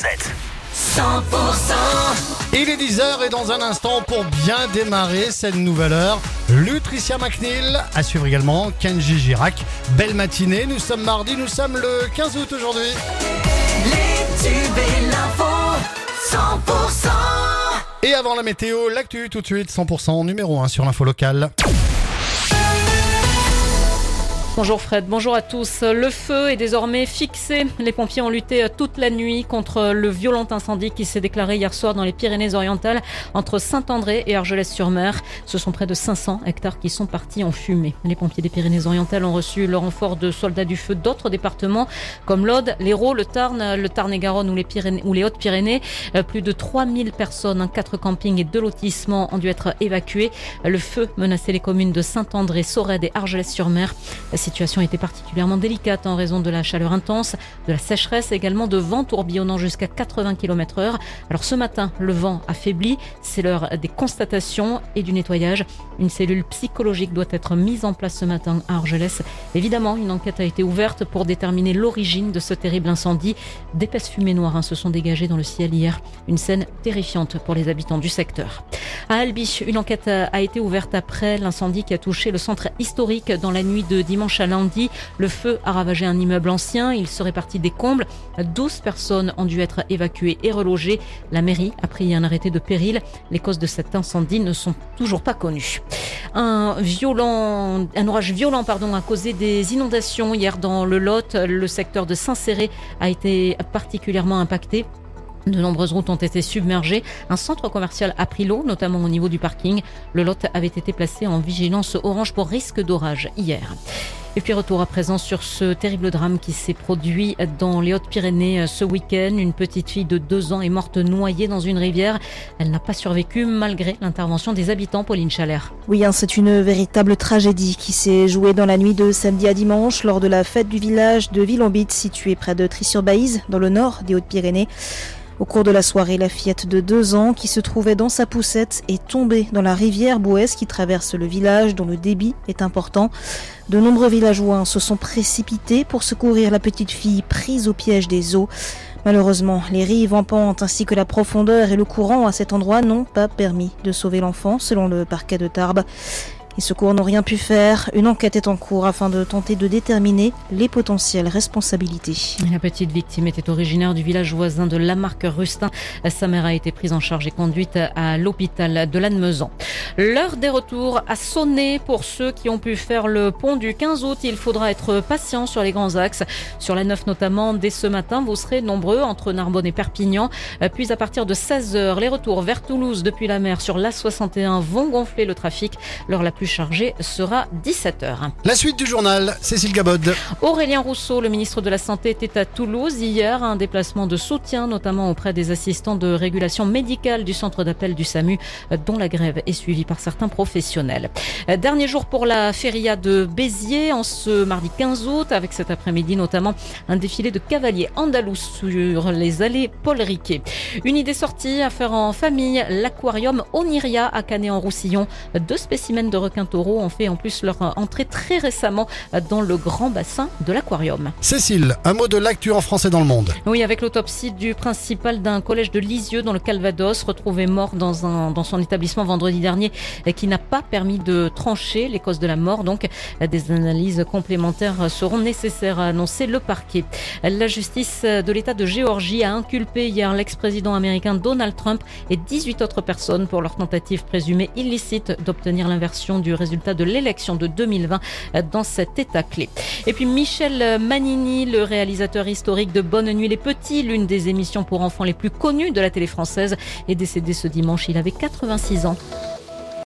100%. Il est 10h et dans un instant, pour bien démarrer cette nouvelle heure, Lutricia McNeil, à suivre également Kenji Girac. Belle matinée, nous sommes mardi, nous sommes le 15 août aujourd'hui. Les tubes et l'info, 100%. Et avant la météo, l'actu tout de suite, 100% numéro 1 sur l'info locale. Bonjour Fred, bonjour à tous. Le feu est désormais fixé. Les pompiers ont lutté toute la nuit contre le violent incendie qui s'est déclaré hier soir dans les Pyrénées-Orientales entre Saint-André et Argelès-sur-Mer. Ce sont près de 500 hectares qui sont partis en fumée. Les pompiers des Pyrénées-Orientales ont reçu le renfort de soldats du feu d'autres départements comme l'Aude, l'Hérault, le Tarn-et-Garonne ou les Hautes-Pyrénées. Plus de 3000 personnes, 4 campings et 2 lotissements ont dû être évacués. Le feu menaçait les communes de Saint-André, Sorède et Argelès-sur-Mer. La situation était particulièrement délicate en raison de la chaleur intense, de la sécheresse, également de vents tourbillonnant jusqu'à 80 km/h. Alors ce matin, le vent affaiblit, c'est l'heure des constatations et du nettoyage. Une cellule psychologique doit être mise en place ce matin à Argelès. Évidemment, une enquête a été ouverte pour déterminer l'origine de ce terrible incendie. D'épaisses fumées noires se sont dégagées dans le ciel hier. Une scène terrifiante pour les habitants du secteur. À Albi, une enquête a été ouverte après l'incendie qui a touché le centre historique dans la nuit de dimanche à lundi. Le feu a ravagé un immeuble ancien. Il serait parti des combles. 12 personnes ont dû être évacuées et relogées. La mairie a pris un arrêté de péril. Les causes de cet incendie ne sont toujours pas connues. Un orage violent a causé des inondations hier dans le Lot. Le secteur de Saint-Céré a été particulièrement impacté. De nombreuses routes ont été submergées. Un centre commercial a pris l'eau, notamment au niveau du parking. Le Lot avait été placé en vigilance orange pour risque d'orage hier. Et puis retour à présent sur ce terrible drame qui s'est produit dans les Hautes-Pyrénées ce week-end. Une petite fille de 2 ans est morte noyée dans une rivière. Elle n'a pas survécu malgré l'intervention des habitants. Pauline Chalère. Oui, c'est une véritable tragédie qui s'est jouée dans la nuit de samedi à dimanche lors de la fête du village de Villambit, situé près de Trie-sur-Baïse, dans le nord des Hautes-Pyrénées. Au cours de la soirée, la fillette de 2 ans qui se trouvait dans sa poussette est tombée dans la rivière Bouès qui traverse le village dont le débit est important. De nombreux villageois se sont précipités pour secourir la petite fille prise au piège des eaux. Malheureusement, les rives en pente ainsi que la profondeur et le courant à cet endroit n'ont pas permis de sauver l'enfant selon le parquet de Tarbes. Les secours n'ont rien pu faire. Une enquête est en cours afin de tenter de déterminer les potentielles responsabilités. La petite victime était originaire du village voisin de Lamarque-Rustin. Sa mère a été prise en charge et conduite à l'hôpital de Lannemezan. L'heure des retours a sonné pour ceux qui ont pu faire le pont du 15 août. Il faudra être patient sur les grands axes. Sur la 9 notamment, dès ce matin, vous serez nombreux entre Narbonne et Perpignan. Puis à partir de 16h, les retours vers Toulouse depuis la mer sur l'A61 vont gonfler le trafic. L'heure la plus chargée sera 17h. La suite du journal, Cécile Gabod. Aurélien Rousseau, le ministre de la Santé, était à Toulouse hier. Un déplacement de soutien, notamment auprès des assistants de régulation médicale du centre d'appel du SAMU, dont la grève est suivie par certains professionnels. Dernier jour pour la feria de Béziers, en ce mardi 15 août, avec cet après-midi notamment un défilé de cavaliers andalous sur les allées Paul Riquet. Une idée sortie à faire en famille, l'aquarium Oniria à Canet-en-Roussillon. 2 spécimens de requins taureaux ont fait en plus leur entrée très récemment dans le grand bassin de l'aquarium. Cécile, un mot de l'actu en français dans le monde. Oui, avec l'autopsie du principal d'un collège de Lisieux dans le Calvados, retrouvé mort dans son établissement vendredi dernier, qui n'a pas permis de trancher les causes de la mort. Donc, des analyses complémentaires seront nécessaires, a annoncé le parquet. La justice de l'État de Géorgie a inculpé hier l'ex-président américain Donald Trump et 18 autres personnes pour leur tentative présumée illicite d'obtenir l'inversion du résultat de l'élection de 2020 dans cet État clé. Et puis Michel Manini, le réalisateur historique de Bonne Nuit les Petits, l'une des émissions pour enfants les plus connues de la télé française, est décédé ce dimanche. Il avait 86 ans.